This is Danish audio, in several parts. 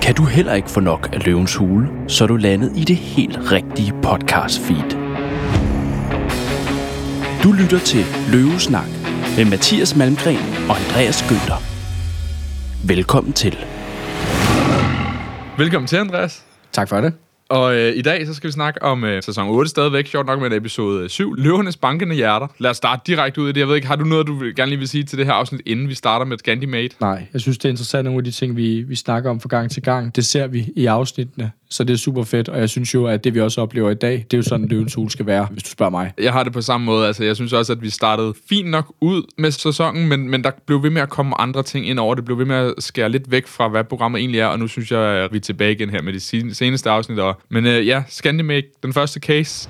Kan du heller ikke få nok af Løvens Hule, så er du landet i det helt rigtige podcast feed. Du lytter til Løvesnak med Mathias Malmgren og Andreas Günther. Velkommen til. Velkommen til, Andreas. Tak for det. Og i dag så skal vi snakke om sæson 8 stadigvæk, sjovt nok med episode 7, Løvernes bankende hjerter. Lad os starte direkte ud i det. Jeg ved ikke, har du noget, du gerne lige vil sige til det her afsnit, inden vi starter med Scandimate? Nej, jeg synes, det er interessant, nogle af de ting, vi snakker om fra gang til gang. Det ser vi i afsnittene, så det er super fedt. Og jeg synes jo, at det vi også oplever i dag, det er jo sådan, Løvens Hule skal være, hvis du spørger mig. Jeg har det på samme måde. Altså, jeg synes også, at vi startede fint nok ud med sæsonen, men der blev ved med at komme andre ting ind over. Det blev ved med at skære lidt væk fra, hvad programmet egentlig er, og nu synes jeg, at vi er tilbage igen her med de seneste afsnit. Men ja, Scandimate, den første case.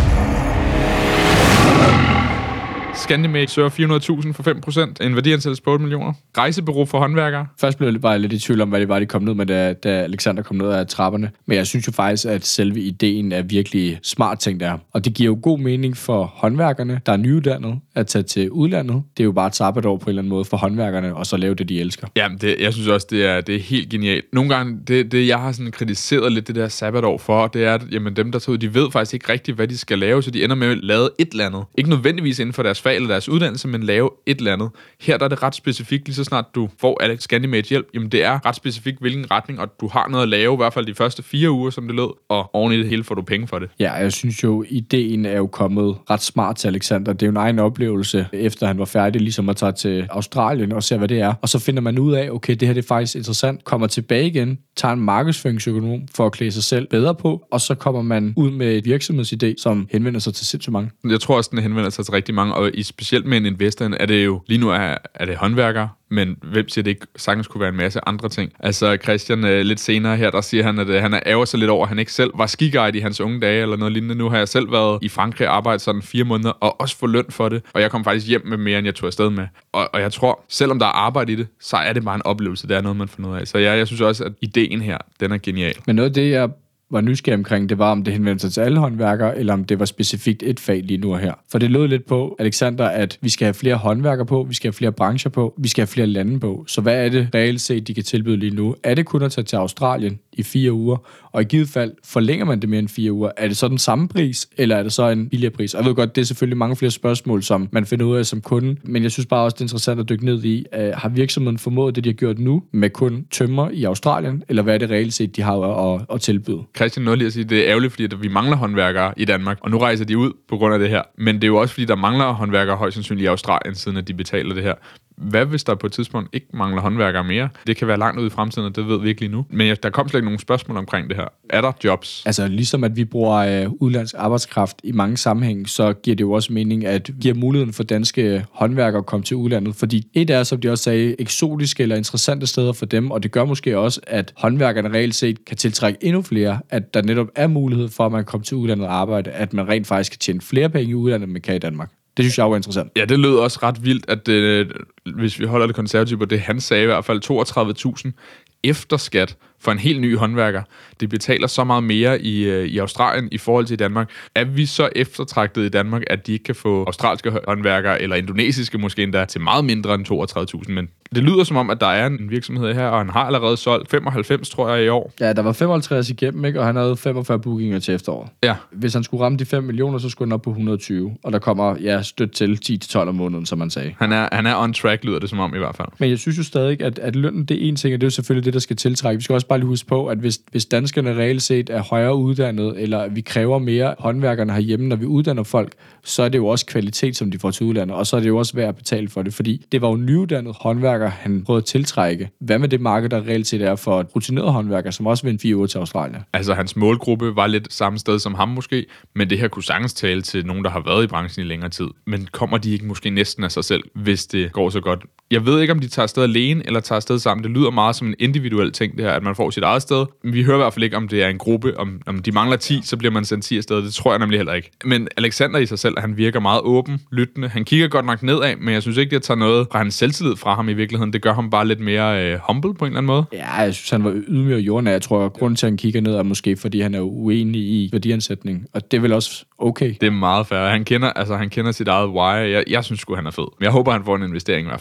Scandimate søger 400.000 for 5%, en værdiansættelse på 8 millioner. Rejsebureau for håndværkere. Først blev jeg bare lidt i tvivl om, hvad det var, de kom ned med, da Alexander kom ned af trapperne. Men jeg synes jo faktisk, at selve ideen er virkelig smart ting der. Og det giver jo god mening for håndværkerne, der er nyuddannet, at tage til udlandet. Det er jo bare et sabbatår på en eller anden måde for håndværkerne, og så lave det, de elsker. Jamen, jeg synes også, det er helt genialt. Nogle gange, det jeg har sådan kritiseret lidt det der sabbatår for, det er, at jamen, dem, der tager ud, de ved faktisk ikke rigtigt, hvad de skal lave, så de ender med at lave et eller andet. Ikke nødvendigvis inden for deres fag eller deres uddannelse, men lave et eller andet. Her der er det ret specifikt, lige så snart du får Alex Scandimate hjælp, jamen det er ret specifikt, hvilken retning, og du har noget at lave, i hvert fald de første 4 uger, som det lød, og oven i det hele får du penge for det. Ja, jeg synes jo, ideen er jo kommet ret smart til Alexander. Det er jo en egen oplevelse, efter han var færdig, ligesom at tage til Australien og se, hvad det er. Og så finder man ud af, okay, det her det er faktisk interessant, kommer tilbage igen, tager en markedsføringsøkonom for at klæde sig selv bedre på, og så kommer man ud med et virksomhedsidé, som henvender sig til sindssygt mange. Jeg tror også, den henvender sig til rigtig mange, og specielt med en investor, er det jo, lige nu er det håndværkere, men hvem siger det ikke sagtens kunne være en masse andre ting. Altså Christian lidt senere her, der siger han, at han ærger sig lidt over, at han ikke selv var skiguide i hans unge dage, eller noget lignende. Nu har jeg selv været i Frankrig og arbejdet sådan 4 måneder, og også få løn for det, og jeg kom faktisk hjem med mere, end jeg tog afsted med. Og jeg tror, selvom der er arbejde i det, så er det bare en oplevelse, det er noget, man får noget af. Så jeg synes også, at ideen her, den er genial. Men noget af det, jeg var nysgerrig omkring, det var, om det henvendte sig til alle håndværkere, eller om det var specifikt et fag lige nu og her. For det lød lidt på, Alexander, at vi skal have flere håndværkere på, vi skal have flere brancher på, vi skal have flere lande på. Så hvad er det reelt set, de kan tilbyde lige nu? Er det kun at tage til Australien i 4 uger? Og i givet fald, forlænger man det mere end 4 uger? Er det så den samme pris, eller er det så en billigere pris? Og jeg ved godt, det er selvfølgelig mange flere spørgsmål, som man finder ud af som kunde, men jeg synes bare også, det er interessant at dykke ned i, har virksomheden formået det, de har gjort nu, med kun tømmer i Australien, eller hvad er det reelt set, de har at tilbyde? Christian nåede lige at sige, det er ærgerligt, fordi vi mangler håndværkere i Danmark, og nu rejser de ud på grund af det her. Men det er jo også, fordi der mangler håndværkere højst sandsynligt i Australien, siden at de betaler det her. Hvad hvis der på et tidspunkt ikke mangler håndværkere mere? Det kan være langt ud i fremtiden, og det ved vi ikke lige nu. Men der kom slet ikke nogen spørgsmål omkring det her. Er der jobs? Altså ligesom at vi bruger udlandsk arbejdskraft i mange sammenhæng, så giver det jo også mening, at giver muligheden for danske håndværkere at komme til udlandet. Fordi et er, som de også sagde, eksotiske eller interessante steder for dem, og det gør måske også, at håndværkerne reelt set kan tiltrække endnu flere, at der netop er mulighed for, at man kommer til udlandet og arbejde, at man rent faktisk kan tjene flere penge i udlandet, end man kan i Danmark. Det synes jeg var interessant. Ja, det lød også ret vildt, at hvis vi holder det konservativt på det, han sagde i hvert fald 32.000 efter skat for en helt ny håndværker. Det betaler så meget mere i Australien i forhold til Danmark. Er vi så eftertragtet i Danmark, at de ikke kan få australske håndværkere, eller indonesiske måske endda, til meget mindre end 32.000? Men det lyder som om, at der er en virksomhed her, og han har allerede solgt 95, tror jeg, i år. Ja, der var 55 igennem, ikke? Og han havde 45 bookinger til efteråret. Ja. Hvis han skulle ramme de 5 millioner, så skulle han op på 120. Og der kommer støt til 10-12 om måneden, som man sagde. Han er on track, lyder det som om i hvert fald. Men jeg synes jo stadig, at lønnen, det er en ting, og det er jo selvfølgelig det, der skal tiltrække. Vi skal også bare lige huske på, at hvis danskerne reelt set er højere uddannet, eller vi kræver mere håndværkerne herhjemme, når vi uddanner folk, så er det jo også kvalitet, som de får til udlandet, og så er det jo også værd at betale for det, fordi det var jo nyuddannede håndværkere, han prøvede at tiltrække. Hvad med det marked, der reelt set er for rutinerede håndværkere, som også vil en 4 uger til Australien? Altså, hans målgruppe var lidt samme sted som ham måske, men det her kunne sagtens tale til nogen, der har været i branchen i længere tid. Men kommer de ikke måske næsten af sig selv, hvis det går så godt? Jeg ved ikke, om de tager afsted alene, eller tager afsted sammen. Det lyder meget som en individuel ting, det her, at man får sit eget sted. Vi hører i hvert fald ikke, om det er en gruppe. Om de mangler 10, så bliver man sendt 10 afsted. Det tror jeg nemlig heller ikke. Men Alexander i sig selv, han virker meget åben, lyttende. Han kigger godt nok nedad, men jeg synes ikke, det tager noget fra hans selvtillid fra ham i virkeligheden. Det gør ham bare lidt mere humble på en eller anden måde. Ja, jeg synes, han var ydmyg og jordnær. Jeg tror, at grunden til, at han kigger ned er måske, fordi han er uenig i værdiansætning. Og det er vel også okay. Det er meget fair. Han kender sit eget why. Jeg synes sgu, han er fed. Men jeg håber, han får en investering i hvert fald. Men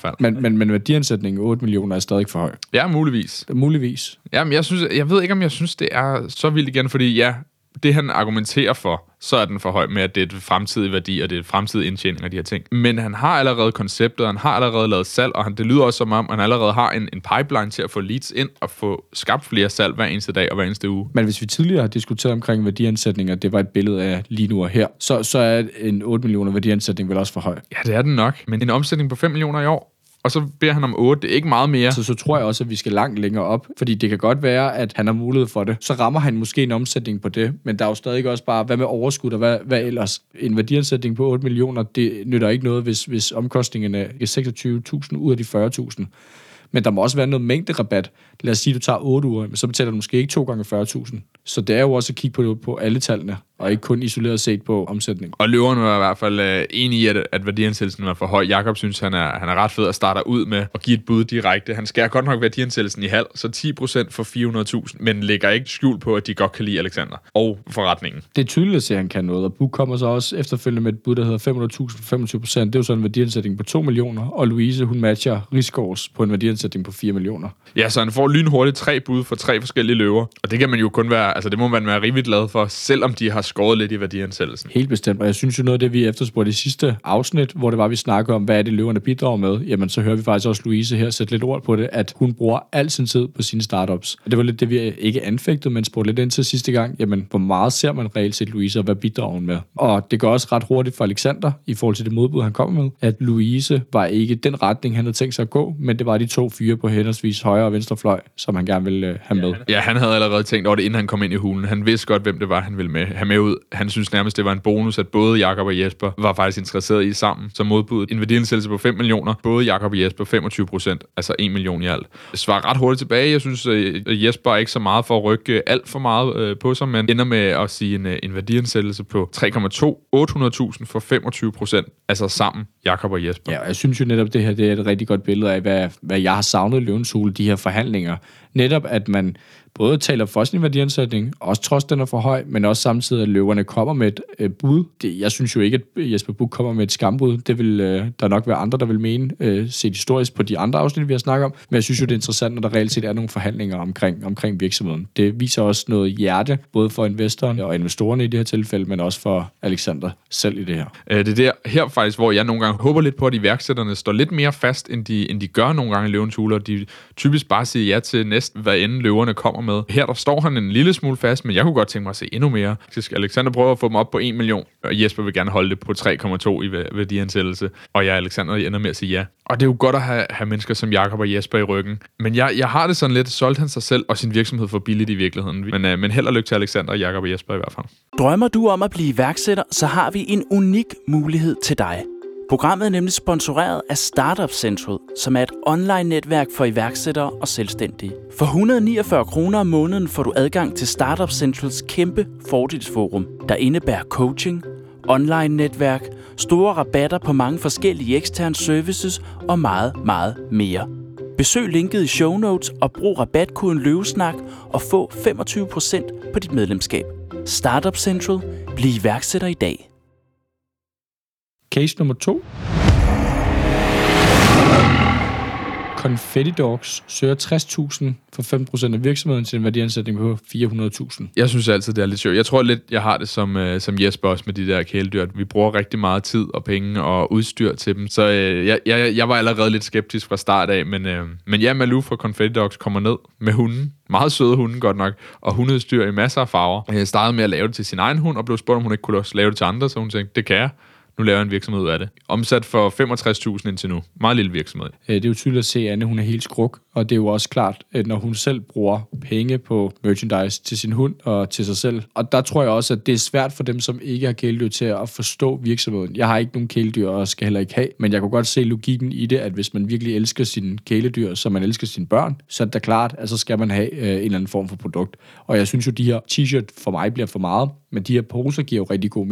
Men værdiansætningen 8 millioner er stadig for høj. Ja, muligvis. Muligvis. Jamen, jeg ved ikke, om jeg synes, det er så vildt igen, fordi ja, det han argumenterer for, så er den for høj med, at det er et fremtidig værdi, og det er et fremtidig indtjening af de her ting. Men han har allerede konceptet, han har allerede lavet salg, og det lyder også som om, han allerede har en pipeline til at få leads ind og få skabt flere salg hver eneste dag og hver eneste uge. Men hvis vi tidligere har diskuteret omkring værdiansætninger, det var et billede af lige nu og her, så er en 8 millioner værdiansætning vel også for høj. Ja, det er den nok. Men en omsætning på 5 millioner i år, og så beder han om 8, det er ikke meget mere. Så tror jeg også, at vi skal langt længere op, fordi det kan godt være, at han har mulighed for det. Så rammer han måske en omsætning på det, men der er jo stadig også bare, hvad med overskud og hvad ellers? En værdiansætning på 8 millioner, det nytter ikke noget, hvis omkostningerne er 26.000 ud af de 40.000. Men der må også være noget mængderabat. Lad os sige, at du tager 8 uger, men så betaler du måske ikke 2 gange 40.000. Så det er jo også at kigge på alle tallene, og ikke kun isoleret set på omsætning. Og løverne var i hvert fald enig i, at værdiansættelsen var for høj. Jakob synes, han er ret fed og starter ud med at give et bud direkte. Han skærer godt nok værdiansættelsen i halv, så 10% for 400.000, men lægger ikke skjul på, at de godt kan lide Alexander og forretningen. Det er tydeligt at se, at han kan noget, og Buk kommer så også efterfølgende med et bud, der hedder 500.000 for 25%. Det er jo sådan en værdiansætning på 2 millioner, og Louise, hun matcher Rigsgaards på en værdiansætning på 4 millioner. Ja, så han får lynhurtigt 3 bud for 3 forskellige løver, og det kan man jo kun være, altså det må man være rimelig glad for, selvom de har skåret lidt i værdiansættelsen. Helt bestemt, og jeg synes jo noget af det, vi efterspurgte i sidste afsnit, hvor det var, vi snakkede om, hvad er det løverne bidrager med, jamen så hører vi faktisk også Louise her sætte lidt ord på det, at hun bruger al sin tid på sine startups. Det var lidt det, vi ikke anfægtede, men spurgte lidt ind til sidste gang, jamen hvor meget ser man reelt set Louise, og hvad bidrager hun med? Og det går også ret hurtigt for Alexander, i forhold til det modbud, han kom med, at Louise var ikke den retning, han havde tænkt sig at gå, men det var de 2 fyre på henholdsvis højre og venstre fløj, som han gerne ville have med. Ja, han havde allerede tænkt over det, inden han kom ind i hulen. Han vidste godt, hvem det var, han ville have med ud. Han synes nærmest, det var en bonus, at både Jakob og Jesper var faktisk interesseret i sammen. Så modbuddet en værdiansættelse på 5 millioner. Både Jakob og Jesper 25%, altså 1 million i alt. Det svarer ret hurtigt tilbage. Jeg synes, Jesper er ikke så meget for at rykke alt for meget på sig, men ender med at sige en værdiansættelse på 3,2, 800.000 for 25%. Altså sammen, Jakob og Jesper. Ja, og jeg synes jo netop, det her det er et rigtig godt billede af, hvad jeg har savnet i Løvens Hule, de her forhandlinger. Netop, at man både taler for sin værdiansætning, også trods den er for høj, men også samtidig, at løverne kommer med et bud. Jeg synes jo ikke, at Jesper Buch kommer med et skambud. Det vil der nok være andre, der vil mene, set historisk på de andre afsnit, vi har snakket om. Men jeg synes jo, det er interessant, når der reelt set er nogle forhandlinger omkring virksomheden. Det viser også noget hjerte, både for investoren og investorerne i det her tilfælde, men også for Alexander selv i det her. Det er der her faktisk, hvor jeg nogle gange håber lidt på, at iværksætterne står lidt mere fast, end de gør nogle gange i Løvens Hule, og de typisk bare siger ja til næsten, hvad end løverne kommer med. Her der står han en lille smule fast, men jeg kunne godt tænke mig at se endnu mere. Alexander prøver at få dem op på 1 million, og Jesper vil gerne holde det på 3,2 i værdiansættelse, og jeg Alexander ender med at sige ja. Og det er jo godt at have mennesker som Jakob og Jesper i ryggen. Men jeg har det sådan lidt, solgte han sig selv og sin virksomhed for billigt i virkeligheden. Men held og lykke til Alexander, Jakob og Jesper i hvert fald. Drømmer du om at blive iværksætter, så har vi en unik mulighed til dig. Programmet er nemlig sponsoreret af Startup Central, som er et online-netværk for iværksættere og selvstændige. For 149 kroner om måneden får du adgang til Startup Centrals kæmpe fordelsforum, der indebærer coaching, online-netværk, store rabatter på mange forskellige eksterne services og meget, meget mere. Besøg linket i show notes og brug rabatkoden LØVESNAK og få 25% på dit medlemskab. Startup Central. Bliv iværksætter i dag. Case nummer 2. Confetti Dogs søger 60.000 for 5% af virksomheden til en værdiansætning på 400.000. Jeg synes altid, det er lidt sjovt. Jeg tror lidt, jeg har det som Jesper også med de der kæledyr. Vi bruger rigtig meget tid og penge og udstyr til dem. Så jeg var allerede lidt skeptisk fra start af. Men ja, Malou fra Confetti Dogs kommer ned med hunden. Meget søde hunde godt nok. Og hundeudstyr i masser af farver. Jeg startede med at lave det til sin egen hund og blev spurgt, om hun ikke kunne også lave det til andre. Så hun tænkte, det kan jeg. Nu laver jeg en virksomhed ud af det. Omsat for 65.000 indtil nu. Meget lille virksomhed. Det er jo tydeligt at se, at Anne hun er helt skruk, og det er jo også klart, at når hun selv bruger penge på merchandise til sin hund og til sig selv. Og der tror jeg også, at det er svært for dem, som ikke har kæledyr, til at forstå virksomheden. Jeg har ikke nogen kæledyr og skal heller ikke have, men jeg kunne godt se logikken i det, at hvis man virkelig elsker sine kæledyr, som man elsker sine børn, så er det da klart, at så skal man have en eller anden form for produkt. Og jeg synes jo, de her t-shirt for mig bliver for meget, men de her poser giver jo rigtig god mening,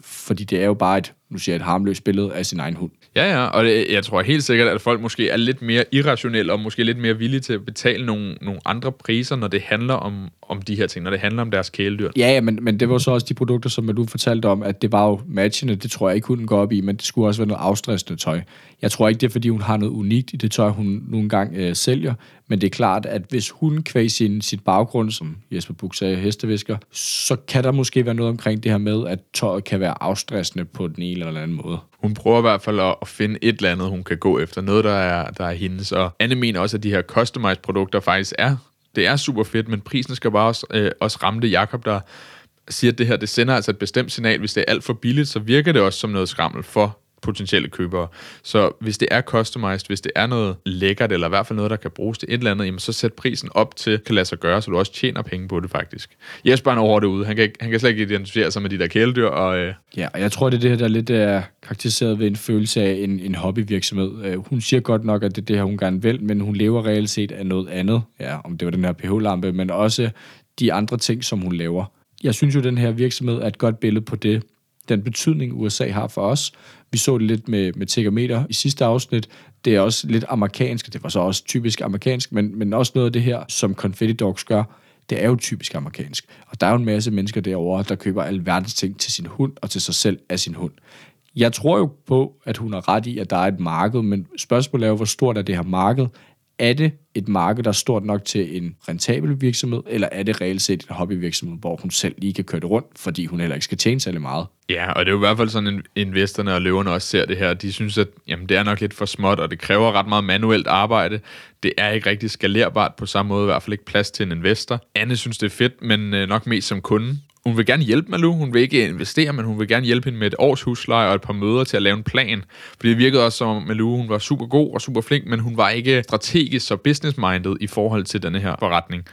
fordi det er jo bare et harmløst billede af sin egen hund. Ja, og jeg tror helt sikkert, at folk måske er lidt mere irrationelle, og måske lidt mere villige til at betale nogle andre priser, når det handler om de her ting, når det handler om deres kæledyr. Ja, men det var så også de produkter, som du fortalte om, at det var jo matchende, det tror jeg ikke, hunden går op i, men det skulle også være noget afstressende tøj. Jeg tror ikke, det er, fordi hun har noget unikt i det tøj, hun nogle gange sælger, men det er klart, at hvis hun kvæg sit baggrund, som Jesper Buch sagde, hestevisker, så kan der måske være noget omkring det her med, at tøjet kan være afstressende på den ene eller anden måde. Hun prøver i hvert fald at finde et eller andet, hun kan gå efter. Noget, der er hendes. Og Anne mener også, at de her customized produkter faktisk det er super fedt, men prisen skal bare også ramme det. Jakob, der siger, at det her, det sender altså et bestemt signal. Hvis det er alt for billigt, så virker det også som noget skrammel for potentielle købere. Så hvis det er customized, hvis det er noget lækkert, eller i hvert fald noget, der kan bruges til et eller andet, jamen så sæt prisen op til, kan lade sig gøre, så du også tjener penge på det faktisk. Jesper er over derude. Han kan slet ikke identificere sig med de der kæledyr. Ja, og jeg tror, det er det her, der lidt er karakteriseret ved en følelse af en hobbyvirksomhed. Hun siger godt nok, at det er det her, hun gerne vil, men hun lever reelt set af noget andet. Ja, om det var den her pH-lampe, men også de andre ting, som hun laver. Jeg synes jo, at den her virksomhed er et godt billede på det, den betydning, USA har for os. Vi så det lidt med Tegermeter i sidste afsnit. Det er også lidt amerikansk, det var så også typisk amerikansk, men også noget af det her, som Confetti Dogs gør, det er jo typisk amerikansk. Og der er jo en masse mennesker derovre, der køber alverdens ting til sin hund og til sig selv af sin hund. Jeg tror jo på, at hun har ret i, at der er et marked, men spørgsmålet er jo, hvor stort er det her marked? Er det et marked, der er stort nok til en rentabel virksomhed, eller er det reelt set en hobbyvirksomhed, hvor hun selv lige kan køre det rundt, fordi hun heller ikke skal tjene særlig meget? Ja, og det er jo i hvert fald sådan, at investorerne og løverne også ser det her. De synes, at jamen, det er nok lidt for småt, og det kræver ret meget manuelt arbejde. Det er ikke rigtig skalerbart på samme måde, i hvert fald ikke plads til en investor. Anne synes, det er fedt, men nok mest som kunde. Hun vil gerne hjælpe Malou, hun vil ikke investere, men hun vil gerne hjælpe hende med et års husleje og et par møder til at lave en plan. Fordi det virkede også som om Malou, hun var super god og super flink, men hun var ikke strategisk og business-minded i forhold til denne her forretning.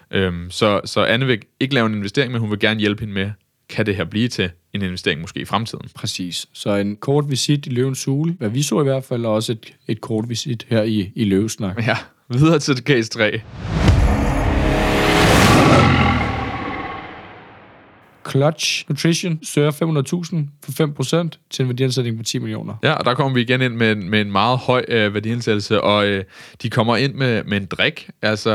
Så Anne vil ikke lave en investering, men hun vil gerne hjælpe hende med, kan det her blive til en investering måske i fremtiden. Præcis. Så en kort visit i Løvens Hule, hvad vi så i hvert fald, også et kort visit her i Løvesnak. Ja, videre til case 3. Clutch Nutrition søger 500.000 for 5% til en værdiansætning på 10 millioner. Ja, og der kommer vi igen ind med en meget høj værdiansættelse, og de kommer ind med en drik, altså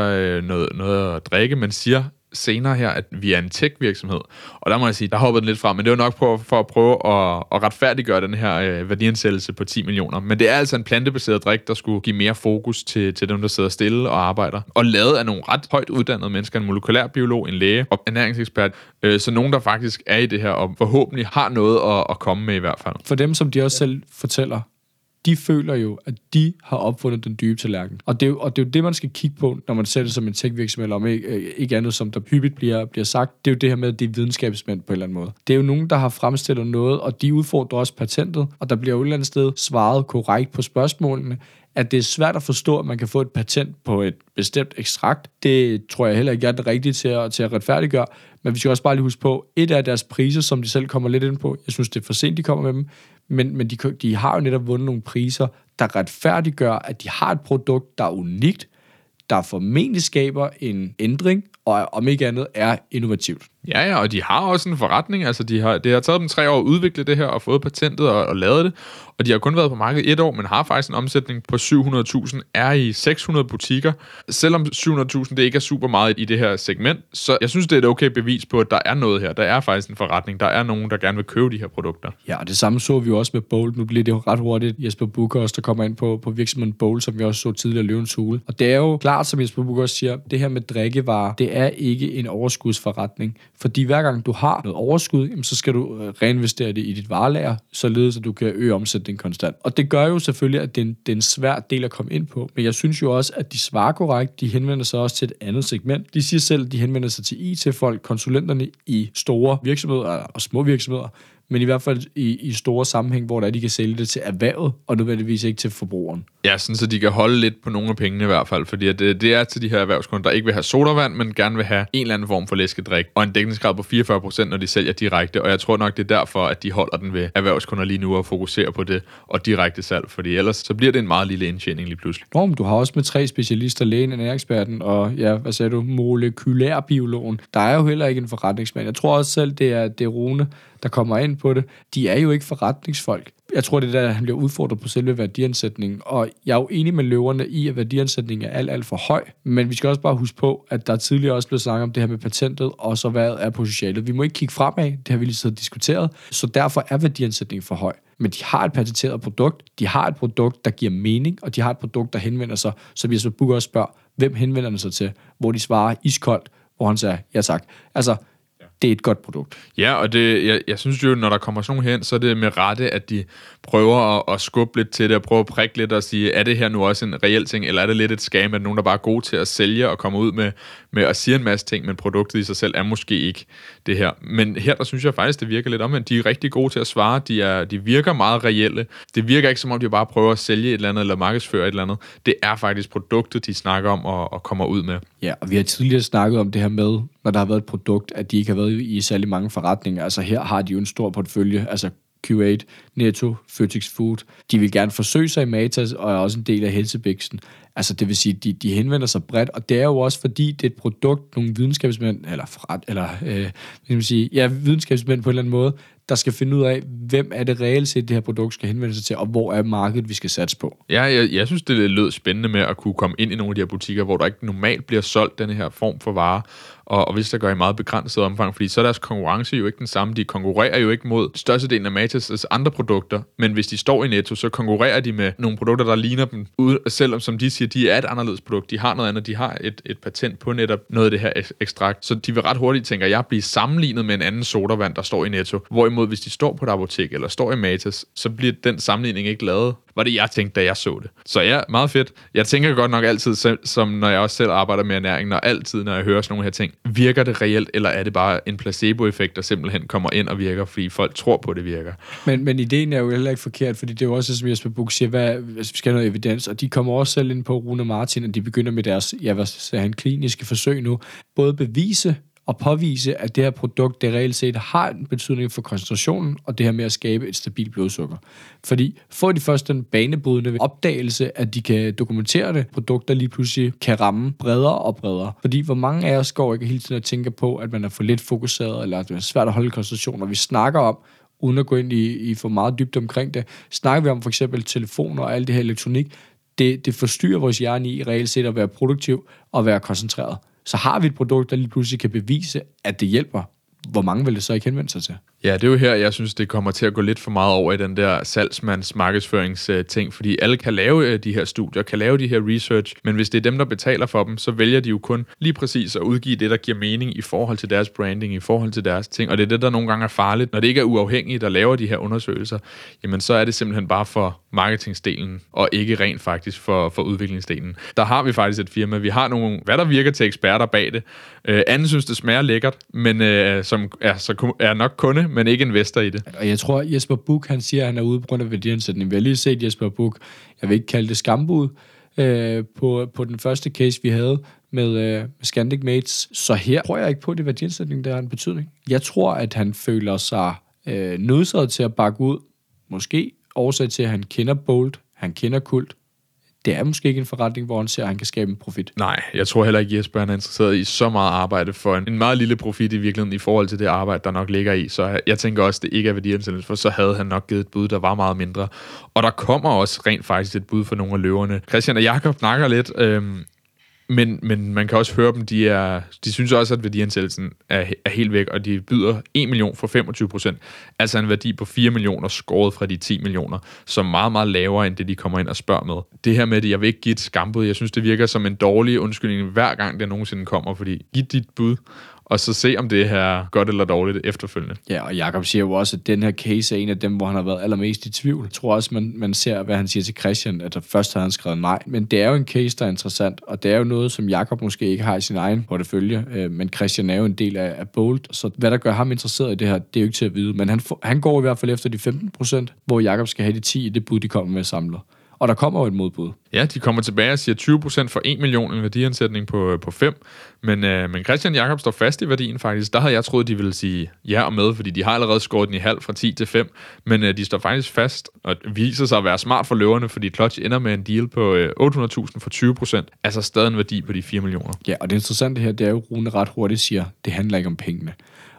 noget at drikke, men siger senere her, at vi er en tech-virksomhed. Og der må jeg sige, der hoppede den lidt fra, men det var nok for at prøve at retfærdiggøre den her værdiansættelse på 10 millioner. Men det er altså en plantebaseret drik, der skulle give mere fokus til dem, der sidder stille og arbejder. Og lavet af nogle ret højt uddannede mennesker, en molekylærbiolog, en læge og ernæringsekspert. Så nogen, der faktisk er i det her, og forhåbentlig har noget at komme med i hvert fald. For dem, som de også selv fortæller, de føler jo, at de har opfundet den dybe tallerken. Og det er jo det, man skal kigge på, når man ser det som en tech-virksomhed, eller om ikke andet, som der hyppigt bliver sagt. Det er jo det her med, at det er videnskabsmænd på en eller anden måde. Det er jo nogen, der har fremstillet noget, og de udfordrer også patentet, og der bliver jo et eller andet sted svaret korrekt på spørgsmålene, at det er svært at forstå, at man kan få et patent på et bestemt ekstrakt. Det tror jeg heller ikke er det rigtige til at retfærdiggøre, men vi skal også bare lige huske på, et af deres priser, som de selv kommer lidt ind på, jeg synes, det er for sent, de kommer med dem, men de har jo netop vundet nogle priser, der retfærdiggør, at de har et produkt, der er unikt, der formentlig skaber en ændring, og om ikke andet er innovativt. Ja, og de har også en forretning. Altså, det har taget dem 3 år at udvikle det her og fået patentet og lavet det. Og de har kun været på markedet 1 år, men har faktisk en omsætning på 700.000, er i 600 butikker. Selvom 700.000 det ikke er super meget i det her segment, så jeg synes, det er et okay bevis på, at der er noget her. Der er faktisk en forretning. Der er nogen, der gerne vil købe de her produkter. Ja, og det samme så vi jo også med Bold. Nu bliver det jo ret hurtigt Jesper Buch også, der kommer ind på virksomheden Bold, som vi også så tidligere Løvens Hule. Og det er jo klart, som Jesper Buch også siger, det her med drikkevarer, det er ikke en overskudsforretning. Fordi hver gang du har noget overskud, så skal du reinvestere det i dit varelager, således at du kan øge omsætningen konstant. Og det gør jo selvfølgelig, at det er en svær del at komme ind på. Men jeg synes jo også, at de svarer korrekt. De henvender sig også til et andet segment. De siger selv, at de henvender sig til IT-folk, konsulenterne i store virksomheder og små virksomheder, men i hvert fald i store sammenhæng, hvor de kan sælge det til erhvervet, og nødvendigvis ikke til forbrugeren. Ja, sådan så de kan holde lidt på nogle af pengene i hvert fald, fordi at det er til de her erhvervskunder, der ikke vil have sodavand, men gerne vil have en eller anden form for læskedrik, og en dækningsgrad på 44%, når de sælger direkte, og jeg tror nok, det er derfor, at de holder den ved erhvervskunder lige nu og fokuserer på det, og direkte salg, fordi ellers så bliver det en meget lille indtjening lige pludselig. Nå, men du har også med 3 specialister, lægen, ernæringseksperten og, ja, hvad sagde du, molekylærbiologen. Der er jo heller ikke en forretningsmand. Jeg tror også selv, det er Rune, der kommer ind på det. De er jo ikke forretningsfolk. Jeg tror, det er der, han bliver udfordret på selve værdiansætningen. Og jeg er jo enig med løverne i, at værdiansætningen er alt for høj. Men vi skal også bare huske på, at der tidligere også blev snakket om det her med patentet, og så hvad er potentialet. Vi må ikke kigge fremad, det har vi lige så diskuteret. Så derfor er værdiansætningen for høj. Men de har et patenteret produkt, de har et produkt, der giver mening, og de har et produkt, der henvender sig, som Jesper Buch også spørger, hvem henvender sig til, hvor de svarer iskoldt, hvor han siger, ja tak. Altså, det er et godt produkt. Ja, og jeg synes jo, når der kommer sådan nogle hen, så er det med rette, at de prøver at skubbe lidt til det, og prøve at prikke lidt og sige, er det her nu også en reel ting, eller er det lidt et scam, at nogen, der bare er gode til at sælge og komme ud med at sige en masse ting, men produktet i sig selv er måske ikke det her. Men her, der synes jeg faktisk, det virker lidt omvendt. De er rigtig gode til at svare, de virker meget reelle. Det virker ikke, som om de bare prøver at sælge et eller andet, eller markedsføre et eller andet. Det er faktisk produktet, de snakker om og kommer ud med. Ja, og vi har tidligere snakket om det her med, når der har været et produkt, at de ikke har været i særlig mange forretninger. Altså her har de jo en stor portefølje, altså Q8, Netto, Føtex Food. De vil gerne forsøge sig i Matas, og er også en del af helsebiksen. Altså det vil sige, de henvender sig bredt, og det er jo også fordi, det er et produkt, nogle videnskabsmænd, videnskabsmænd på en eller anden måde, der skal finde ud af, hvem er det reelt set, det her produkt skal henvende sig til, og hvor er markedet, vi skal satse på. Ja, jeg synes, det lød spændende med at kunne komme ind i nogle af de her butikker, hvor der ikke normalt bliver solgt den her form for varer, og hvis der gør i meget begrænset omfang, fordi så er deres konkurrence jo ikke den samme. De konkurrerer jo ikke mod størstedelen af Matas' andre produkter, men hvis de står i Netto, så konkurrerer de med nogle produkter, der ligner dem, selvom som de siger, de er et anderledes produkt. De har noget andet, de har et patent på netop noget af det her ekstrakt, så de vil ret hurtigt, tænker jeg, blive sammenlignet med en anden sodavand, der står i Netto. Hvorimod, hvis de står på et apotek eller står i Matas, så bliver den sammenligning ikke lavet. Var det, jeg tænkte, da jeg så det. Så ja, meget fedt. Jeg tænker godt nok altid, som når jeg også selv arbejder med ernæring, og altid, når jeg hører sådan nogle her ting, virker det reelt, eller er det bare en placebo-effekt, der simpelthen kommer ind og virker, fordi folk tror på, det virker? Men ideen er jo heller ikke forkert, fordi det er jo også, som Jesper Buch siger, vi skal have noget evidens, og de kommer også selv ind på Rune Martin, og de begynder med deres, kliniske forsøg nu, både bevise og påvise, at det her produkt, det reelt set har en betydning for koncentrationen, og det her med at skabe et stabilt blodsukker. Fordi får de først den banebrydende opdagelse, at de kan dokumentere det, produkter lige pludselig kan ramme bredere og bredere. Fordi hvor mange af os går ikke hele tiden og tænker på, at man er for lidt fokuseret, eller at det er svært at holde koncentration, og vi snakker om, uden at gå ind i for meget dybde omkring det, snakker vi om for eksempel telefoner og alt det her elektronik, det forstyrrer vores hjerne i reelt set at være produktiv og være koncentreret. Så har vi et produkt, der lige pludselig kan bevise, at det hjælper. Hvor mange vil det så ikke henvende sig til? Ja, det er jo her, jeg synes, det kommer til at gå lidt for meget over i den der salgsmands markedsføringsting, fordi alle kan lave de her studier, kan lave de her research, men hvis det er dem, der betaler for dem, så vælger de jo kun lige præcis at udgive det, der giver mening i forhold til deres branding, i forhold til deres ting, og det er det, der nogle gange er farligt. Når det ikke er uafhængige, der laver de her undersøgelser, jamen så er det simpelthen bare for marketingsdelen, og ikke rent faktisk for udviklingsdelen. Der har vi faktisk et firma, vi har nogle, hvad der virker til eksperter bag det. Anden synes, det smager lækkert, men som er nok kunde, men ikke investor i det. Og jeg tror, Jesper Buch, han siger, at han er ude på grund af værdiansætning. Vi har lige set Jesper Buch, jeg vil ikke kalde det skambud, på den første case, vi havde med Scandic Mates. Så her tror jeg ikke på, at det værdiansætning, der har en betydning. Jeg tror, at han føler sig nødsaget til at bakke ud. Måske årsag til, at han kender Bolt, han kender Kult. Det er måske ikke en forretning, hvor han ser, at han kan skabe en profit. Nej, jeg tror heller ikke, Jesper er interesseret i så meget arbejde for en meget lille profit i virkeligheden i forhold til det arbejde, der nok ligger i. Så jeg tænker også, at det ikke er værdiansættelse, for så havde han nok givet et bud, der var meget mindre. Og der kommer også rent faktisk et bud for nogle af løverne. Christian og Jakob snakker lidt, men man kan også høre dem, de synes også, at værdiansættelsen er helt væk, og de byder 1 million for 25%, altså en værdi på 4 millioner skåret fra de 10 millioner, som meget, meget lavere end det, de kommer ind og spørger med. Det her med det, jeg vil ikke give et skambud, jeg synes, det virker som en dårlig undskyldning, hver gang det nogensinde kommer, fordi giv dit bud, og så se, om det er godt eller dårligt efterfølgende. Ja, og Jakob siger jo også, at den her case er en af dem, hvor han har været allermest i tvivl. Jeg tror også, man ser, hvad han siger til Christian, at først havde han skrevet nej. Men det er jo en case, der er interessant, og det er jo noget, som Jakob måske ikke har i sin egen portefølje, men Christian er jo en del af Bolt, så hvad der gør ham interesseret i det her, det er jo ikke til at vide. Men han går i hvert fald efter de 15%, hvor Jakob skal have de 10 i det bud, de kommer med samlet. Og der kommer jo et modbud. Ja, de kommer tilbage og siger 20% for 1 million, en værdiansætning på 5. Men Christian Jakob står fast i værdien faktisk. Der havde jeg troet, de ville sige ja og med, fordi de har allerede skåret den i halv fra 10 til 5. Men de står faktisk fast, og viser sig at være smart for løverne, fordi Clutch ender med en deal på 800.000 for 20%. Altså stadig en værdi på de 4 millioner. Ja, og det interessante her, det er jo, Rune ret hurtigt siger, det handler ikke om pengene.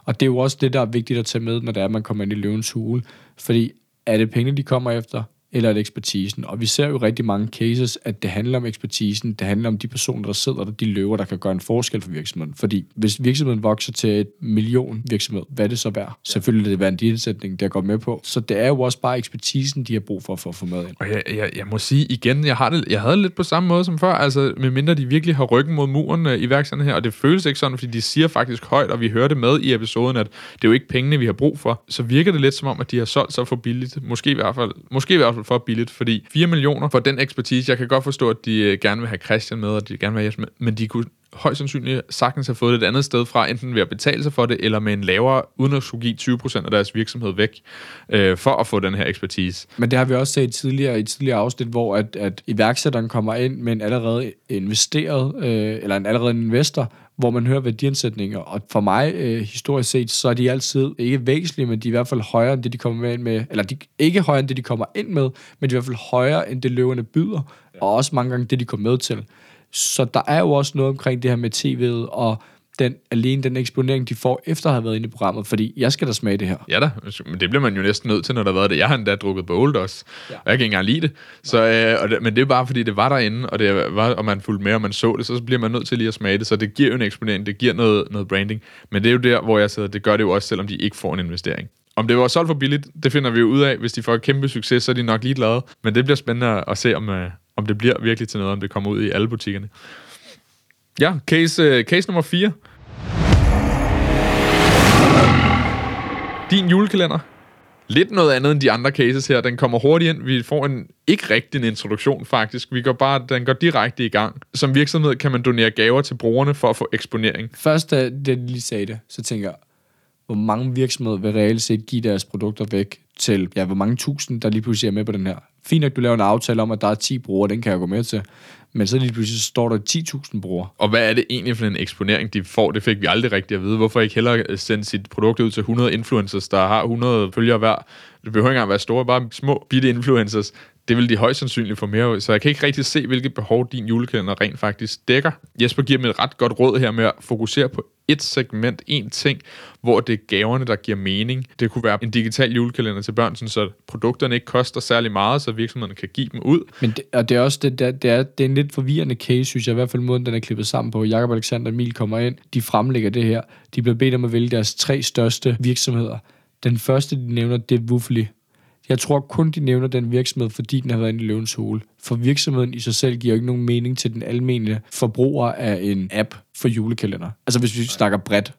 Og det er jo også det, der er vigtigt at tage med, når det er, at man kommer ind i løvens hule. Fordi er det penge, de kommer efter, eller er det ekspertisen? Og vi ser jo rigtig mange cases, at det handler om ekspertisen, det handler om de personer, der sidder der, de løver, der kan gøre en forskel for virksomheden. Fordi hvis virksomheden vokser til 1 million virksomhed, hvad er det så værd? Selvfølgelig er det værdisætning, der går med på. Så det er jo også bare ekspertisen, de har brug for at få med ind. Og jeg må sige igen, jeg havde det lidt på samme måde som før, altså medmindre de virkelig har ryggen mod muren iværksætterne her, og det føles ikke sådan, fordi de siger faktisk højt, og vi hører det med i episoden, at det er jo ikke pengene, vi har brug for. Så virker det lidt som om, at de har solgt sig for billigt. Måske i hvert fald for billigt, fordi 4 millioner for den ekspertise, jeg kan godt forstå, at de gerne vil have Christian med, og de gerne vil have med, men de kunne højst sandsynligt sagtens have fået det et andet sted fra, enten ved at betale sig for det, eller med en lavere, uden at skulle give 20% af deres virksomhed væk, for at få den her ekspertise. Men det har vi også set tidligere i et tidligere afsnit, hvor at iværksætteren kommer ind med en allerede investeret, eller en allerede investor, hvor man hører værdiansætninger. Og for mig, historisk set, så er de altid ikke væsentlige, men de er i hvert fald højere end det, de kommer ind med. Eller de ikke højere end det, de kommer ind med, men de er i hvert fald højere end det løverne byder, og også mange gange det, de kommer med til. Så der er jo også noget omkring det her med tv'et, og alene den eksponering, de får efter at have været inde i programmet, fordi jeg skal da smage det her. Ja da, men det bliver man jo næsten nødt til, når der har været det. Jeg har endda drukket Bold også, og jeg kan ikke engang lide det. Så, men det er bare, fordi det var derinde, og man fulgte med, og man så det, så bliver man nødt til lige at smage det, så det giver jo en eksponering, det giver noget branding. Men det er jo der, hvor jeg sidder, det gør det jo også, selvom de ikke får en investering. Om det var solgt for billigt, det finder vi jo ud af. Hvis de får et kæmpe succes, så er de nok ligeglade. Men det bliver spændende at se, om det bliver virkelig til noget, om det kommer ud i alle butikkerne. Ja, case nummer 4. Din julekalender. Lidt noget andet end de andre cases her. Den kommer hurtigt ind. Vi får ikke rigtig en introduktion, faktisk. Den går direkte i gang. Som virksomhed kan man donere gaver til brugerne for at få eksponering. Først, da de lige sagde det, så tænker jeg, hvor mange virksomheder vil reelt set give deres produkter væk til, hvor mange tusind, der lige pludselig er med på den her. Fint at du laver en aftale om, at der er 10 brugere, den kan jeg gå med til. Men så lige pludselig står der 10.000 brugere. Og hvad er det egentlig for en eksponering, de får? Det fik vi aldrig rigtig at vide. Hvorfor ikke hellere sende sit produkt ud til 100 influencers, der har 100 følgere hver? Det behøver ikke engang være store, bare små, bitte influencers. Det vil de højst sandsynligt få mere ud. Så jeg kan ikke rigtig se, hvilket behov din julekalender rent faktisk dækker. Jesper giver mig et ret godt råd her med at fokusere på et segment, en ting, hvor det er gaverne, der giver mening. Det kunne være en digital julekalender til børn, så produkterne ikke koster særlig meget, så virksomhederne kan give dem ud. Men det er også det er en lidt forvirrende case, synes jeg, i hvert fald måden, den er klippet sammen på. Jakob Alexander og Emil kommer ind, de fremlægger det her. De bliver bedt om at vælge deres 3 største virksomheder. Den første, de nævner, det er Woofly. Jeg tror kun, de nævner den virksomhed, fordi den har været inde i løvens hule. For virksomheden i sig selv giver ikke nogen mening til den almene forbruger af en app for julekalender. Altså hvis vi snakker bredt.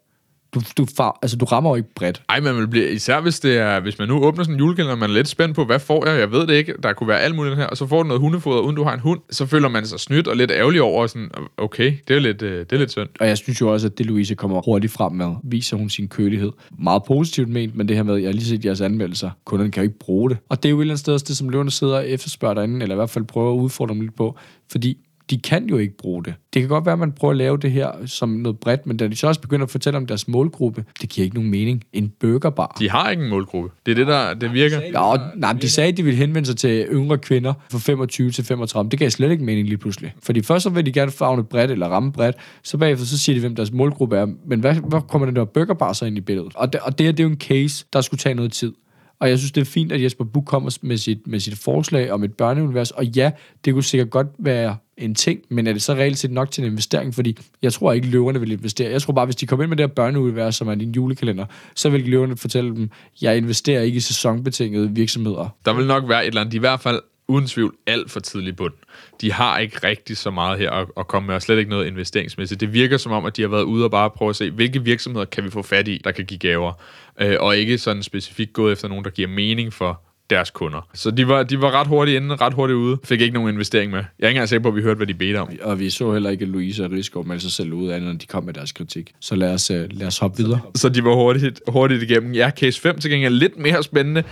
Du rammer jo ikke bredt. Ej, men man bliver, især hvis man nu åbner sådan en julekalender, man er lidt spændt på, hvad får jeg? Jeg ved det ikke. Der kunne være alt muligt her, og så får du noget hundefoder, uden du har en hund. Så føler man sig snydt og lidt ærgerlig over sådan, okay, det er lidt synd. Og jeg synes jo også, at det Louise kommer hurtigt frem med, viser hun sin kølighed. Meget positivt ment, men det her med, jeg har lige set jeres anmeldelser. Kunderne kan jo ikke bruge det. Og det er jo et eller andet sted også det, som løverne sidder og efterspørger derinde, eller i hvert fald prøver at udfordre dem lidt på, fordi de kan jo ikke bruge det. Det kan godt være, at man prøver at lave det her som noget bredt, men da de så også begynder at fortælle om deres målgruppe, det giver ikke nogen mening. En burgerbar. De har ikke en målgruppe. Det er det virker. De sagde, at de ville henvende sig til yngre kvinder fra 25 til 35. Det gav slet ikke mening lige pludselig. Fordi først så vil de gerne favne bredt eller ramme bredt, så bagefter så siger de, hvem deres målgruppe er. Men hvor kommer den der burgerbar så ind i billedet? Og det er jo en case, der skulle tage noget tid. Og jeg synes, det er fint, at Jesper Buch kommer med sit forslag om et børneunivers. Og ja, det kunne sikkert godt være en ting, men er det så reelt set nok til en investering? Fordi jeg tror ikke, løverne vil investere. Jeg tror bare, hvis de kommer ind med det her børneunivers, som er din julekalender, så vil løverne fortælle dem, jeg investerer ikke i sæsonbetingede virksomheder. Der vil nok være et eller andet, de i hvert fald uden tvivl alt for tidligt på den. De har ikke rigtig så meget her at komme med, og slet ikke noget investeringsmæssigt. Det virker som om, at de har været ude og bare prøve at se, hvilke virksomheder kan vi få fat i, der kan give gaver, og ikke sådan specifikt gået efter nogen, der giver mening for deres kunder. Så de var ret hurtigt inde, ret hurtigt ude. Fik ikke nogen investering med. Jeg er ikke engang sikker på, at vi hørte, hvad de bedte om. Og vi så heller ikke Louise og Rigsgaard melde sig selv ud, andet end de kom med deres kritik. Så lad os hoppe videre. Så de var hurtigt igennem. Ja, case 5 til gengæld er lidt mere spændende.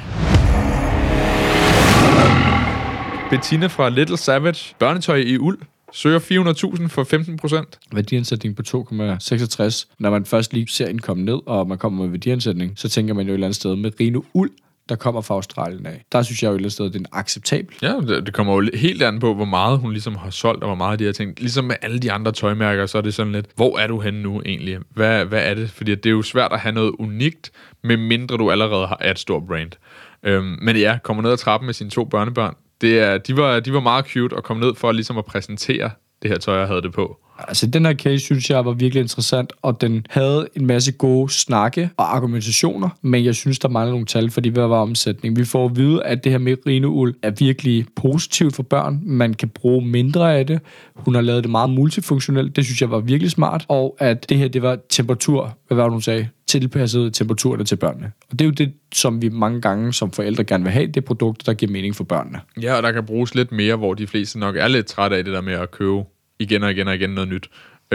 Bettina fra Little Savage. Børnetøj i uld. Søger 400.000 for 15%. Værdiansætning på 2,66. Når man først lige ser indkommen ned, og man kommer med værdiansætning, så tænker man jo et eller andet sted med Rino uld. der kommer fra Australien af. Der synes jeg jo et eller andet sted, det er en acceptabel. Ja, det kommer jo helt an på, hvor meget hun ligesom har solgt, og hvor meget af de her ting. Ligesom med alle de andre tøjmærker, så er det sådan lidt, hvor er du henne nu egentlig? Hvad er det? Fordi det er jo svært at have noget unikt, med mindre du allerede er et stort brand. Men ja, kommer ned ad trappen med sine 2 børnebørn. De var meget cute og kom ned for ligesom at præsentere det her tøj, jeg havde det på. Altså, den her case, synes jeg, var virkelig interessant, og den havde en masse gode snakke og argumentationer, men jeg synes, der mangler nogle tal, fordi hvad var omsætning? Vi får at vide, at det her merino-uld er virkelig positivt for børn. Man kan bruge mindre af det. Hun har lavet det meget multifunktionelt. Det synes jeg var virkelig smart. Og at det her, det var temperatur, hvad var det, hun sagde? Tilpasset temperaturerne til børnene. Og det er jo det, som vi mange gange som forældre gerne vil have, det produkt, der giver mening for børnene. Ja, og der kan bruges lidt mere, hvor de fleste nok er lidt trætte af det der med at købe igen og igen noget nyt.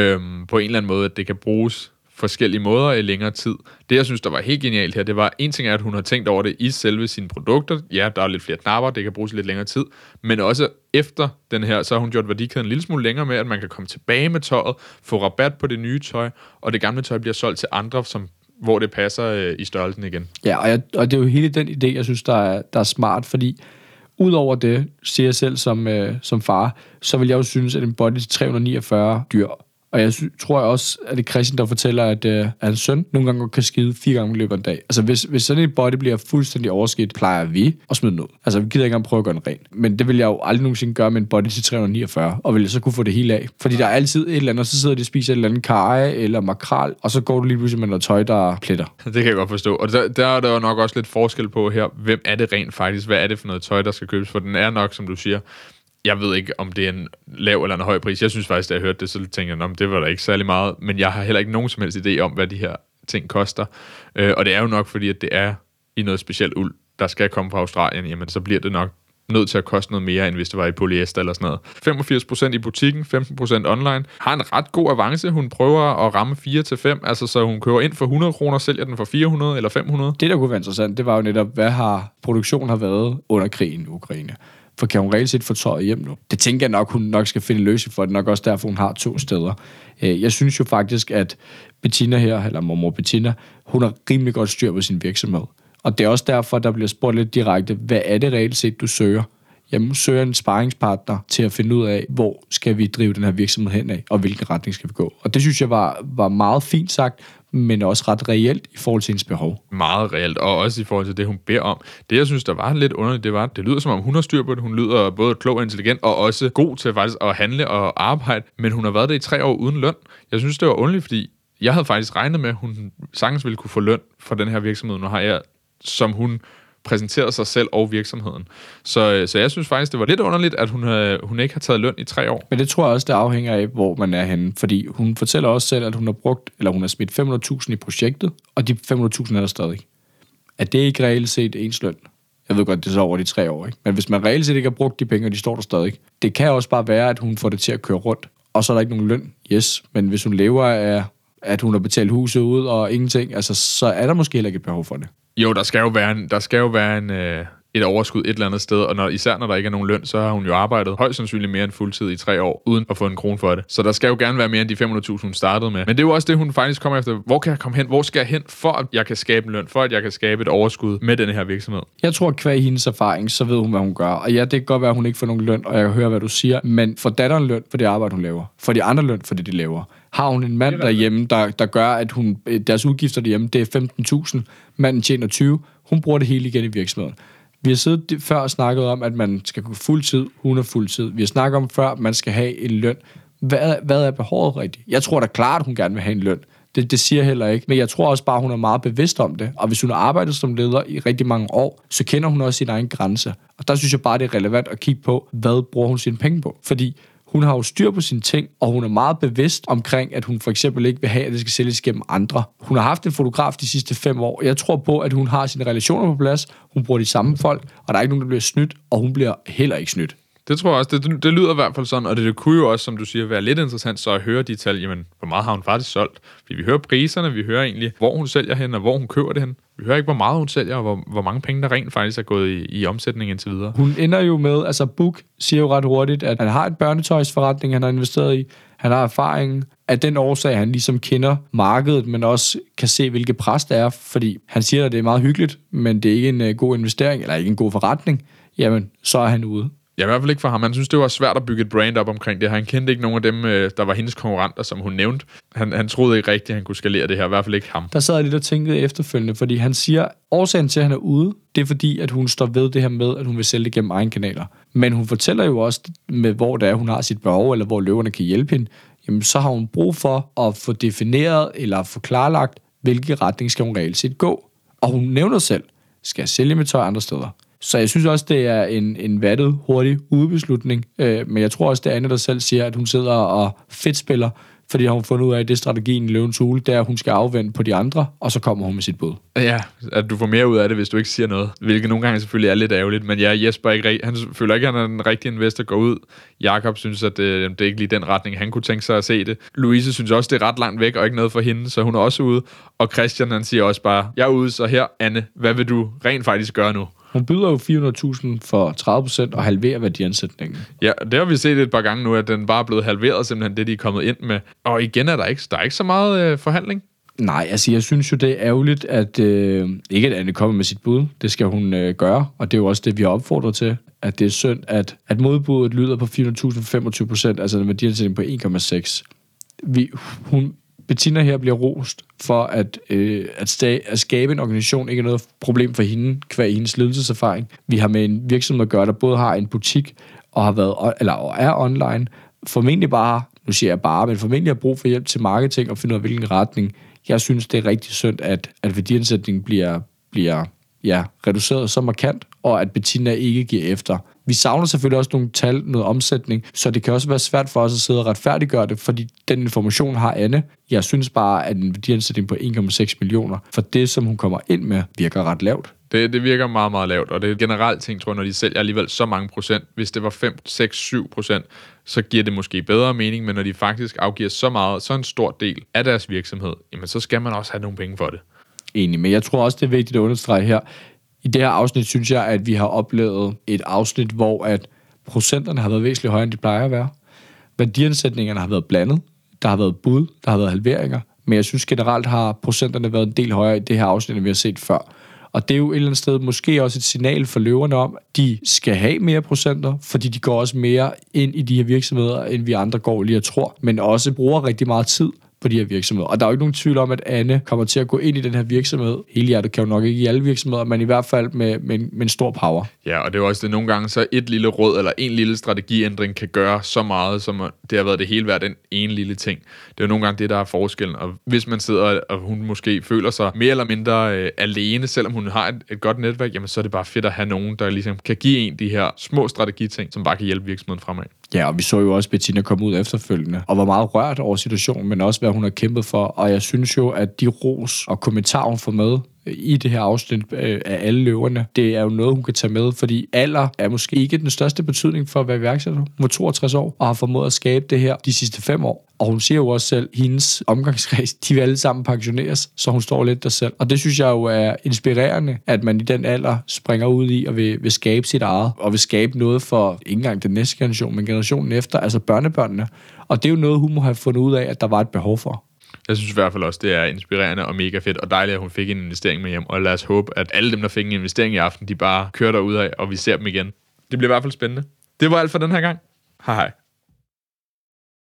På en eller anden måde, at det kan bruges forskellige måder i længere tid. Det, jeg synes, der var helt genialt her, det var, en ting er, at hun har tænkt over det i selve sine produkter. Ja, der er lidt flere knapper, det kan bruges lidt længere tid. Men også efter den her, så har hun gjort værdikæden en llille smule længere med, at man kan komme tilbage med tøjet, få rabat på det nye tøj, og det gamle tøj bliver solgt til andre, hvor det passer i størrelsen igen. Ja, og det er jo hele den idé, jeg synes, der er smart, fordi udover det, siger jeg selv som far, så vil jeg jo synes, at en body til 349 dyr. Og jeg tror også, at det er Christian, der fortæller, at hans søn nogle gange kan skide 4 gange i løbet af en dag. Altså, hvis sådan en body bliver fuldstændig overskidt, plejer vi at smide den ud. Altså, vi gider ikke engang prøve at gøre den ren. Men det vil jeg jo aldrig nogensinde gøre med en body til 349, og vil jeg så kunne få det hele af. Fordi der er altid et eller andet, og så sidder de og spiser et eller andet karry eller makrel, og så går du lige pludselig med noget tøj, der pletter. Det kan jeg godt forstå. Og der er der jo nok også lidt forskel på her. Hvem er det rent faktisk? Hvad er det for noget tøj, der skal købes? For den er nok, som du siger, jeg ved ikke, om det er en lav eller en høj pris. Jeg synes faktisk, da jeg hørte det, så tænkte jeg, det var da ikke særlig meget. Men jeg har heller ikke nogen som helst idé om, hvad de her ting koster. Og det er jo nok, fordi at det er i noget specielt uld, der skal komme fra Australien. Jamen, så bliver det nok nødt til at koste noget mere, end hvis det var i polyester eller sådan noget. 85% i butikken, 15% online. Har en ret god avance. Hun prøver at ramme 4-5. Altså, så hun køber ind for 100 kroner, sælger den for 400 eller 500. Det, der kunne være interessant, det var jo netop, hvad har produktionen har været under krigen i Ukraine. For kan hun reelt set få tøjet hjem nu? Det tænker jeg nok, hun nok skal finde løsning for. Det er nok også derfor, hun har 2 steder. Jeg synes jo faktisk, at Bettina her, eller mormor Bettina, hun har rimelig godt styr på sin virksomhed. Og det er også derfor, der bliver spurgt lidt direkte, hvad er det reelt set, du søger? Jamen, hun søger en sparringspartner til at finde ud af, hvor skal vi drive den her virksomhed hen af, og hvilken retning skal vi gå. Og det synes jeg var meget fint sagt, men også ret reelt i forhold til hendes behov. Meget reelt, og også i forhold til det, hun beder om. Det, jeg synes, der var lidt underligt, det lyder som om, hun har styr på det. Hun lyder både klog og intelligent, og også god til faktisk at handle og arbejde, men hun har været der i 3 år uden løn. Jeg synes, det var underligt, fordi jeg havde faktisk regnet med, at hun sagtens ville kunne få løn for den her virksomhed. Nu har jeg, som hun præsenterede sig selv og virksomheden. Så jeg synes faktisk, det var lidt underligt, at hun ikke har taget løn i 3 år. Men det tror jeg også, det afhænger af, hvor man er henne. Fordi hun fortæller også selv, at hun har smidt 500.000 i projektet, og de 500.000 er der stadig. At det ikke reelt set ens løn. Jeg ved godt, det er så over de 3 år, ikke? Men hvis man reelt set ikke har brugt de penge, og de står der stadig. Det kan også bare være, at hun får det til at køre rundt. Og så er der ikke nogen løn. Yes, men hvis hun lever af, at hun har betalt huset ud og ingenting, altså, så er der måske heller ikke et behov for det. Jo, der skal jo være et overskud et eller andet sted, og især når der ikke er nogen løn, så har hun jo arbejdet højst sandsynligt mere end fuldtid i 3 år, uden at få en krone for det. Så der skal jo gerne være mere end de 500.000, hun startede med. Men det er jo også det, hun faktisk kommer efter. Hvor kan jeg komme hen? Hvor skal jeg hen, for at jeg kan skabe en løn? For at jeg kan skabe et overskud med denne her virksomhed? Jeg tror, at kvæg hendes erfaring, så ved hun, hvad hun gør. Og ja, det kan godt være, at hun ikke får nogen løn, og jeg kan høre, hvad du siger. Men for datteren løn for det arbejde, hun laver. For de andre løn for det, de laver. Har hun en mand derhjemme, der gør, at deres udgifter derhjemme, det er 15.000. Manden tjener 20. Hun bruger det hele igen i virksomheden. Vi har siddet før og snakket om, at man skal gå fuldtid, hun er fuldtid. Vi har snakket om før, at man skal have en løn. Hvad er behovet rigtigt? Jeg tror da klart, at hun gerne vil have en løn. Det siger jeg heller ikke. Men jeg tror også bare, at hun er meget bevidst om det. Og hvis hun har arbejdet som leder i rigtig mange år, så kender hun også sin egen grænse. Og der synes jeg bare, det er relevant at kigge på, hvad bruger hun sine penge på. Fordi hun har jo styr på sine ting, og hun er meget bevidst omkring, at hun for eksempel ikke vil have, at det skal sælges gennem andre. Hun har haft en fotograf de sidste 5 år. Jeg tror på, at hun har sine relationer på plads. Hun bruger de samme folk, og der er ikke nogen, der bliver snydt, og hun bliver heller ikke snydt. Det tror jeg også. Det lyder i hvert fald sådan, og det kunne jo også, som du siger, være lidt interessant så at høre de tal. Jamen, hvor meget har hun faktisk solgt? Fordi vi hører priserne, vi hører egentlig, hvor hun sælger hen, og hvor hun køber det hen. Vi hører ikke, hvor meget hun sælger, og hvor mange penge, der rent faktisk er gået i omsætning indtil videre. Hun ender jo med, altså Book siger jo ret hurtigt, at han har et børnetøjsforretning, han har investeret i. Han har erfaringen. Af den årsag, han ligesom kender markedet, men også kan se, hvilke pres der er. Fordi han siger, at det er meget hyggeligt, men det er ikke en god investering, eller ikke en god forretning. Jamen, så er han ude. Ja, i hvert fald ikke for ham. Han synes, det var svært at bygge et brand op omkring det. Han kendte ikke nogen af dem, der var hendes konkurrenter, som hun nævnte. Han troede ikke rigtigt, at han kunne skalere det her. I hvert fald ikke ham. Der sad jeg lidt og tænkte efterfølgende, fordi han siger, årsagen til, at han er ude, det er fordi, at hun står ved det her med, at hun vil sælge det gennem egen kanaler. Men hun fortæller jo også, med hvor det er, hun har sit behov, eller hvor løverne kan hjælpe hende. Jamen, så har hun brug for at få defineret eller få klarlagt, hvilke retning skal hun reelt set gå. Og hun nævner selv, skal jeg sælge med tøj andre steder. Så jeg synes også, det er en vattet, hurtig udebeslutning. Men jeg tror også, det er Anne, der selv siger, at hun sidder og fedtspiller, fordi hun har fundet ud af, at det strategien i Løvens Hule, det er, at hun skal afvente på de andre, og så kommer hun med sit bud. Ja, at du får mere ud af det, hvis du ikke siger noget. Hvilket nogle gange selvfølgelig er lidt ærgerligt, men ja, Jesper han føler ikke, at han er den rigtige investor går ud. Jakob synes, at det er ikke lige den retning, han kunne tænke sig at se det. Louise synes også, det er ret langt væk, og ikke noget for hende, så hun er også ude. Og Christian, han siger også bare, jeg er ude, så her, Anne, hvad vil du rent faktisk gøre nu? Hun byder jo 400.000 for 30% og halverer værdiansætningen. Ja, det har vi set et par gange nu, at den bare er blevet halveret, simpelthen det, de er kommet ind med. Og igen er der ikke så meget forhandling. Nej, altså jeg synes jo, det er ærgerligt, at ikke at Anne kommer med sit bud. Det skal hun gøre, og det er jo også det, vi har opfordret til. At det er synd, at modbuddet lyder på 400.000 for 25%, altså en værdiansætning på 1,6. Bettina her bliver rost for, at skabe en organisation ikke er noget problem for hende, kvad hendes ledelseserfaring. Vi har med en virksomhed at gøre, der både har en butik og har været og er online. Formentlig bare, nu siger jeg bare, men formentlig har brug for hjælp til marketing og finde ud af, hvilken retning. Jeg synes, det er rigtig synd, at værdiansætningen bliver reduceret så markant, og at Bettina ikke giver efter. Vi savner selvfølgelig også nogle tal, noget omsætning, så det kan også være svært for os at sidde og retfærdiggøre det, fordi den information har Anne. Jeg synes bare, at en værdiansætning på 1,6 millioner, for det, som hun kommer ind med, virker ret lavt. Det virker meget, meget lavt, og det er generelt ting, tror jeg, når de sælger alligevel så mange procent. Hvis det var 5, 6, 7%, så giver det måske bedre mening, men når de faktisk afgiver så meget, så en stor del af deres virksomhed, jamen så skal man også have nogle penge for det. Enig, men jeg tror også, det er vigtigt at understrege her. I det her afsnit synes jeg, at vi har oplevet et afsnit, hvor at procenterne har været væsentligt højere, end de plejer at være. Værdiansætningerne har været blandet. Der har været bud, der har været halveringer. Men jeg synes generelt har procenterne været en del højere i det her afsnit, end vi har set før. Og det er jo et eller andet sted måske også et signal for løverne om, at de skal have mere procenter, fordi de går også mere ind i de her virksomheder, end vi andre går lige og tror, men også bruger rigtig meget tid på de her virksomheder. Og der er jo ikke nogen tvivl om, at Anne kommer til at gå ind i den her virksomhed. Hele hjertet kan jo nok ikke i alle virksomheder, men i hvert fald med en stor power. Ja, og det er jo også det nogle gange, så et lille råd eller en lille strategiændring kan gøre så meget, som det har været det hele værd, den ene lille ting. Det er jo nogle gange det, der er forskellen. Og hvis man sidder, og hun måske føler sig mere eller mindre alene, selvom hun har et godt netværk, jamen så er det bare fedt at have nogen, der ligesom kan give en de her små strategiting, som bare kan hjælpe virksomheden fremad. Ja, og vi så jo også Bettina komme ud efterfølgende, og var meget rørt over situationen, men også hvad hun har kæmpet for. Og jeg synes jo, at de ros og kommentarer, hun får med i det her afsnit af alle løverne, det er jo noget, hun kan tage med, fordi alder er måske ikke den største betydning for at være iværksætter. Hun var 62 år og har formået at skabe det her de sidste 5 år. Og hun siger jo også selv, at hendes omgangskreds, de vil alle sammen pensioneres, så hun står lidt der selv. Og det synes jeg jo er inspirerende, at man i den alder springer ud i og vil skabe sit eget, og vil skabe noget for ikke engang den næste generation, men generationen efter, altså børnebørnene. Og det er jo noget, hun må have fundet ud af, at der var et behov for. Jeg synes i hvert fald også, det er inspirerende og mega fedt, og dejligt, at hun fik en investering med hjem. Og lad os håbe, at alle dem, der fik en investering i aften, de bare kører derudad, og vi ser dem igen. Det bliver i hvert fald spændende. Det var alt for den her gang. Hej hej.